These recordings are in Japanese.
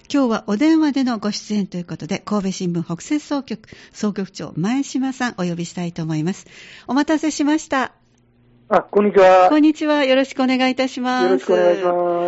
今日はお電話でのご出演ということで、神戸新聞北摂総局総局長前島さんお呼びしたいと思います。お待たせしました。 こんにちは。 こんにちは。よろしくお願いいたします。 よろしくお願いします。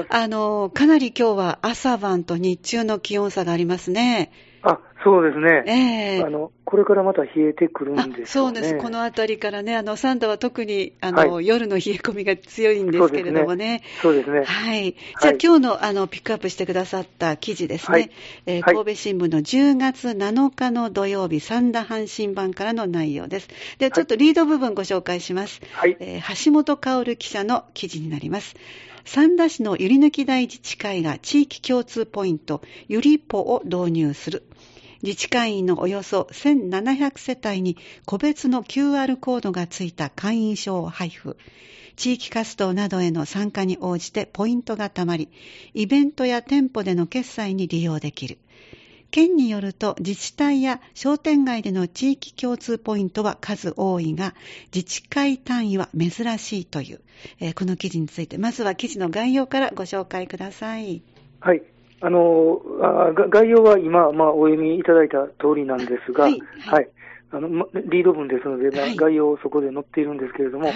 かなり今日は朝晩と日中の気温差がありますね。 そうですね。これからまた冷えてくるんですよね。 そうです。このあたりからね、三度は特に夜の冷え込みが強いんですけれどもね。 そうですね。 はい。じゃあ今日のピックアップしてくださった記事ですね。神戸新聞の10月7日の土曜日、三田阪神版からの内容です。で、ちょっとリード部分ご紹介します。橋本薫記者の記事になります。三田市のゆり抜き台自治会が地域共通ポイント、ゆりポを導入する。自治会員のおよそ1700世帯に個別の QR コードがついた会員証を配布。地域活動などへの参加に応じてポイントがたまり、イベントや店舗での決済に利用できる。県によると自治体や商店街での地域共通ポイントは数多いが、自治会単位は珍しいという、この記事について、まずは記事の概要からご紹介ください。 はい。概要は今、お読みいただいた通りなんですが、リード文ですので、概要そこで載っているんですけれども、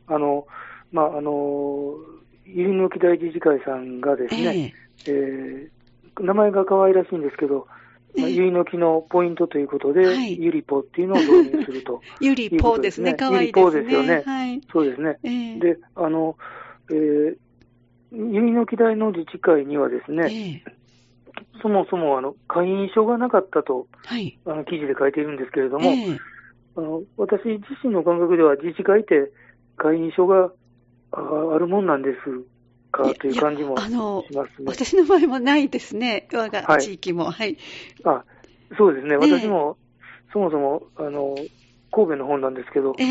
ゆり抜き台自治会さんがですね、名前が可愛らしいんですけど、ゆり抜きのポイントということで、ゆりぽっていうのを導入すると。 ゆりぽですね、可愛いですね。 ゆりぽですよね。そうですね。で、ゆり抜き台の自治会にはですね、そもそも会員証がなかったと、記事で書いているんですけれども、私自身の感覚では自治会って会員証があるもんなんですかという感じもしますね。 私の場合もないですね、我が地域も。 そうですね、私もそもそも神戸の方なんですけど、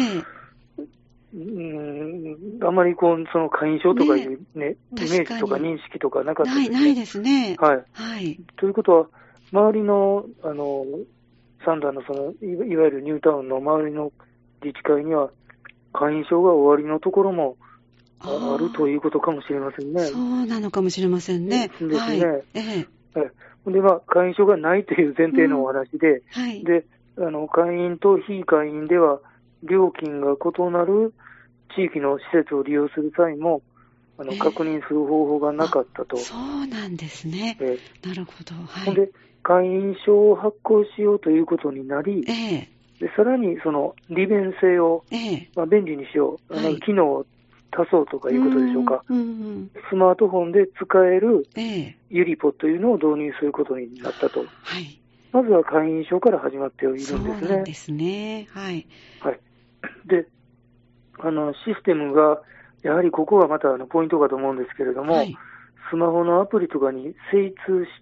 あまりその会員証とかいうね、イメージとか認識とかなかったですね。 ないですね。 ということは、周りの、三田のいわゆるニュータウンの周りの自治会には、会員証が終わりのところもあるということかもしれませんね。 そうなのかもしれませんね。 ですね。で、会員証がないという前提のお話で、で、会員と非会員では、料金が異なる地域の施設を利用する際も、確認する方法がなかったと。 そうなんですね。なるほど。 ほんで、会員証を発行しようということになり、でさらにその利便性を、便利にしよう、機能を足そうとかいうことでしょうか。スマートフォンで使えるゆりぽというのを導入することになったと。まずは会員証から始まっているんですね。 そうなんですね。 で、システムが、やはりここがまたポイントかと思うんですけれども、スマホのアプリとかに精通した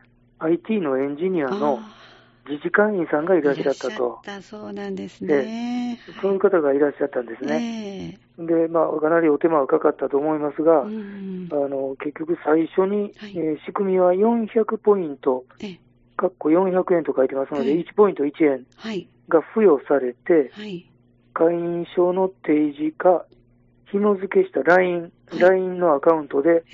IT のエンジニアの自治会員さんがいらっしゃったと。 そうなんですね。 そういう方がいらっしゃったんですね。で、かなりお手間がかかったと思いますが、結局最初に、仕組みは400ポイント、400円と書いてますので、1ポイント1円が付与されて、会員証の提示か、紐付けした LINE のアカウントで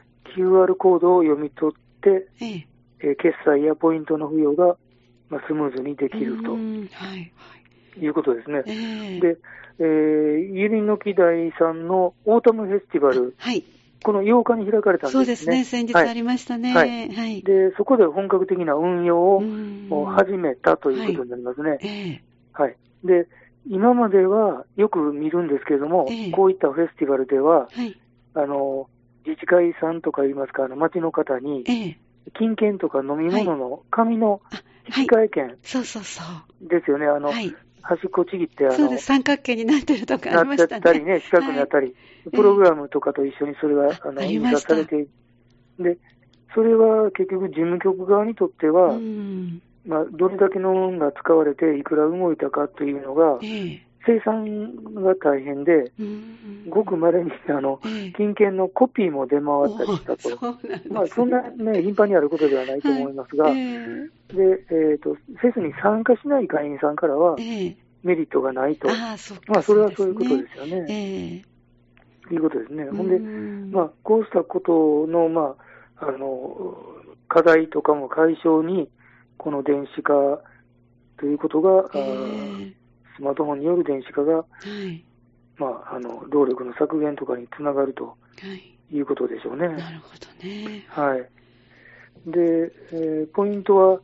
QR コードを読み取って、決済やポイントの付与が、スムーズにできるということですね。で、ゆりのき台さんのオータムフェスティバル、この8日に開かれたんですね。 そうですね、先日ありましたね。 で、そこで本格的な運用を始めたということになりますね。で、今まではよく見るんですけれども、こういったフェスティバルでは、自治会さんとか言いますか、町の方に、金券とか飲み物の紙の引換券ですよね。端っこちぎって三角形になってるとかありましたね。 なったりね、四角になったり、プログラムとかと一緒にそれが印刷されている。で、それは結局事務局側にとっては、どれだけの運が使われていくら動いたかというのが、生産が大変で、ごく稀に金券のコピーも出回ったりしたと。そんなね、頻繁にあることではないと思いますが、で、フェスに参加しない会員さんからは、メリットがないと。それはそういうことですよね。いうことですね。ほんで、こうしたことの、 課題とかも解消に、この電子化ということが、スマートフォンによる電子化が、労力の削減とかにつながるということでしょうね。 なるほどね。 はい。で、ポイントは、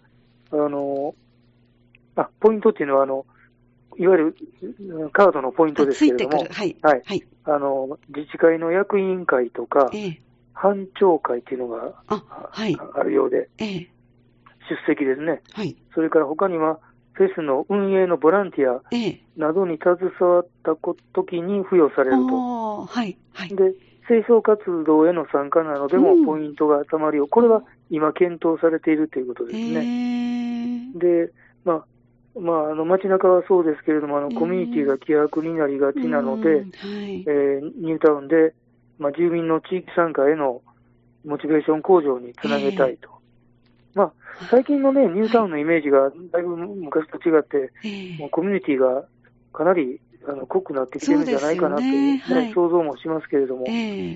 ポイントっていうのは、いわゆるカードのポイントですけれども、 はい。 自治会の役員会とか、班長会っていうのがあるようで、出席ですね。それから他には、フェスの運営のボランティアなどに携わった時に付与されると。で、清掃活動への参加などでもポイントがたまるよう、これは今検討されているということですね。で、街中はそうですけれども、コミュニティが希薄になりがちなので、ニュータウンで、住民の地域参加へのモチベーション向上につなげたいと。最近のね、ニュータウンのイメージがだいぶ昔と違って、もうコミュニティがかなり濃くなってきてるんじゃないかなという、想像もしますけれども、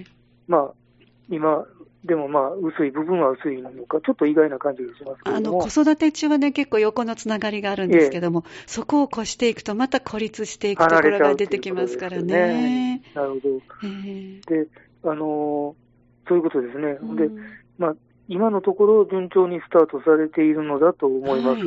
今、でも薄い部分は薄いのか、ちょっと意外な感じがしますけれども。 子育て中はね、結構横のつながりがあるんですけども、そこを越していくと、また孤立していくところが出てきますからね。 なるほど。で、そういうことですね。で、今のところ順調にスタートされているのだと思います。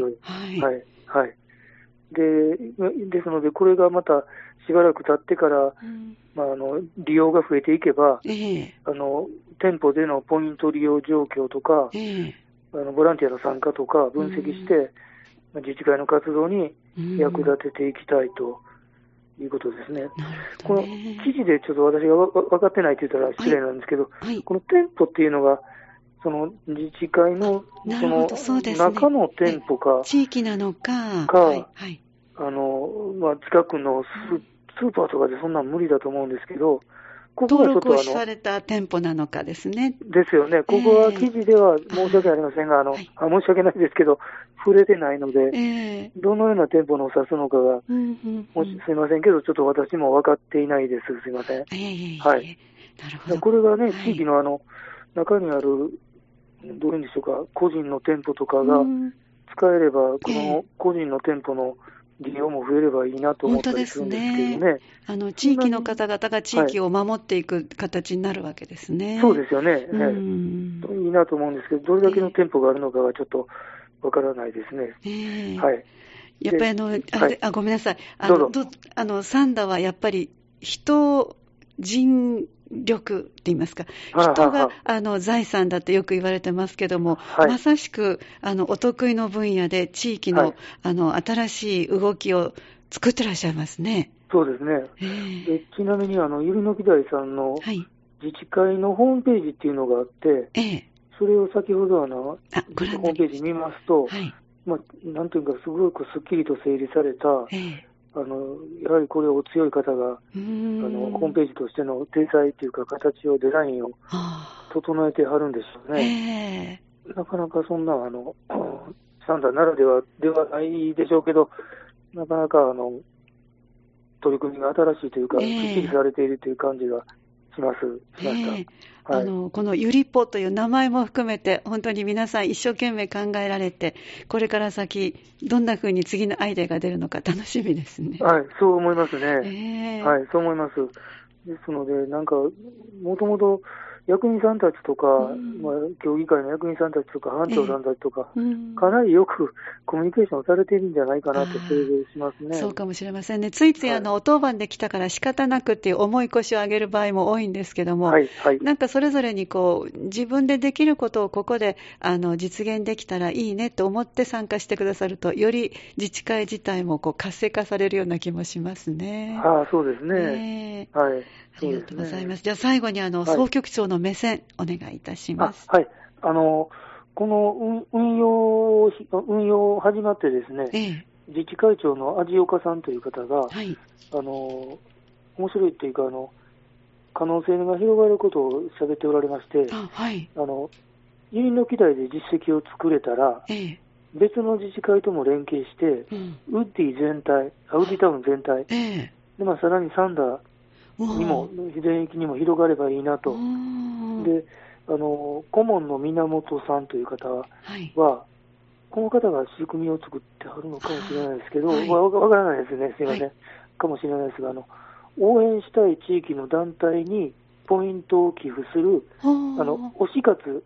ですので、これがまたしばらく経ってから、利用が増えていけば、店舗でのポイント利用状況とか、ボランティアの参加とか分析して、自治会の活動に役立てていきたいということですね。この記事でちょっと私が分かってないと言ったら失礼なんですけど、この店舗っていうのが、その自治会のその中の店舗か、 地域なのか、 近くのスーパーとかでそんなん無理だと思うんですけど、 ここはちょっと登録された店舗なのかですね。 ですよね。ここは記事では申し訳ありませんが、申し訳ないですけど、触れてないので、どのような店舗のを指すのかが、すいませんけど、ちょっと私も分かっていないです。すいません。これがね、地域の中にある、どういうんでしょうか、個人の店舗とかが使えれば、この個人の店舗の利用も増えればいいなと思ったりするんですけどね。 地域の方々が地域を守っていく形になるわけですね。 そうですよね。いいなと思うんですけど、どれだけの店舗があるのかはちょっとわからないですね。 やっぱりごめんなさい。サンダはやっぱり人力って言いますか、人が財産だってよく言われてますけども、まさしくお得意の分野で地域の、新しい動きを作ってらっしゃいますね。 そうですね。ちなみにゆりのきだいさんの自治会のホームページっていうのがあって、それを先ほどホームページ見ますと、なんというかすごくすっきりと整理された、やはりこれお強い方が、ホームページとしての体裁というか形を、デザインを整えてはるんでしょうね。なかなかそんな、サンダならではではないでしょうけど、なかなか取り組みが新しいというか、きっちりされているという感じがしました。 このゆりぽという名前も含めて、本当に皆さん一生懸命考えられて、これから先、どんな風に次のアイデアが出るのか楽しみですね。 そう思いますね。そう思います。ですので、もともと役員さんたちとか、協議会の役員さんたちとか、班長さんたちとか、かなりよくコミュニケーションされているんじゃないかなと想像しますね。 そうかもしれませんね。ついついお当番で来たから仕方なくっていう重い腰を上げる場合も多いんですけども、それぞれに自分でできることをここで実現できたらいいねと思って参加してくださると、より自治会自体も活性化されるような気もしますね。 そうですね。 ありがとうございます。じゃあ最後に総局長の目線お願いいたします。 この運用始まってですね、自治会長の味岡さんという方が、面白いというか可能性が広がることを喋っておられまして、ゆりのきだいで実績を作れたら、別の自治会とも連携して、ウッディタウン全体、でさらにサンダーにも、全域にも広がればいいなと。で、 顧問の源さんという方は、この方が仕組みを作ってはるのかもしれないですけど、わからないですね、すいません、かもしれないですが、応援したい地域の団体にポイントを寄付する、推し活、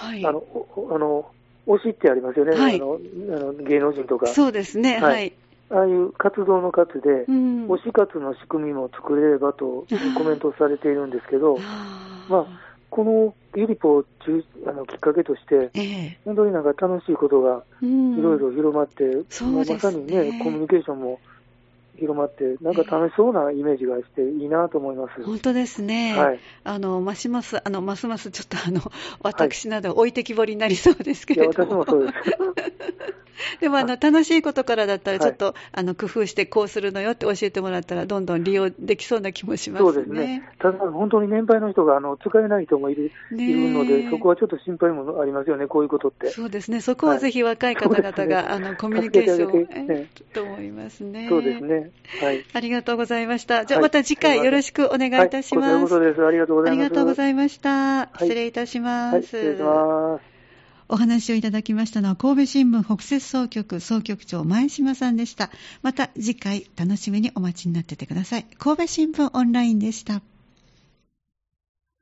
推しってありますよね、芸能人とか。 そうですね、 ああいう活動の活で、推し活の仕組みも作れればとコメントされているんですけど、このゆりぽをきっかけとして、本当になんか楽しいことがいろいろ広まって、まさにね、コミュニケーションも広まって、なんか楽しそうなイメージがしていいなと思います。 本当ですね。ますますちょっと私など置いてきぼりになりそうですけれども。 私もそうです。 でも楽しいことからだったらちょっと、工夫してこうするのよって教えてもらったらどんどん利用できそうな気もしますね。 そうですね。ただ本当に年配の人が使えない人もいるので、そこはちょっと心配もありますよね、こういうことって。 そうですね。そこはぜひ若い方々が、コミュニケーションをと思いますね。 そうですね。 ありがとうございました。じゃあまた次回よろしくお願いいたします。 ということです。ありがとうございます。 ありがとうございました。失礼いたします。 失礼します。 お話をいただきましたのは神戸新聞北摂総局総局長前島さんでした。また次回楽しみにお待ちになっててください。神戸新聞オンラインでした。